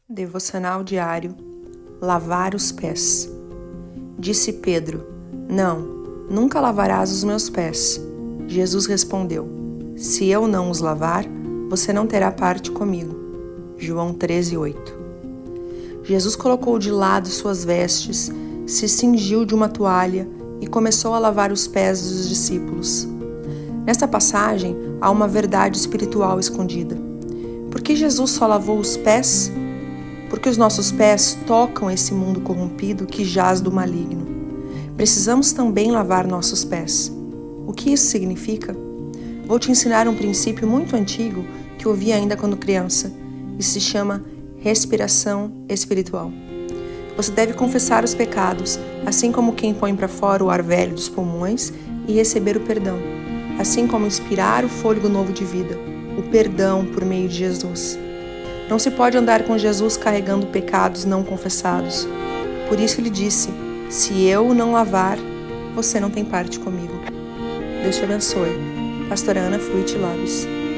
Devocional diário, lavar os pés. Disse Pedro: Não, nunca lavarás os meus pés. Jesus respondeu: Se eu não os lavar, você não terá parte comigo. João 13:8. Jesus colocou de lado suas vestes, se cingiu de uma toalha e começou a lavar os pés dos discípulos. Nesta passagem, há uma verdade espiritual escondida. Por que Jesus só lavou os pés? Porque os nossos pés tocam esse mundo corrompido que jaz do maligno. Precisamos também lavar nossos pés. O que isso significa? Vou te ensinar um princípio muito antigo que ouvi ainda quando criança e se chama respiração espiritual. Você deve confessar os pecados, assim como quem põe para fora o ar velho dos pulmões, e receber o perdão, assim como inspirar o fôlego novo de vida, o perdão por meio de Jesus. Não se pode andar com Jesus carregando pecados não confessados. Por isso ele disse: se eu não lavar, você não tem parte comigo. Deus te abençoe. Pastora Ana Fruit Labs.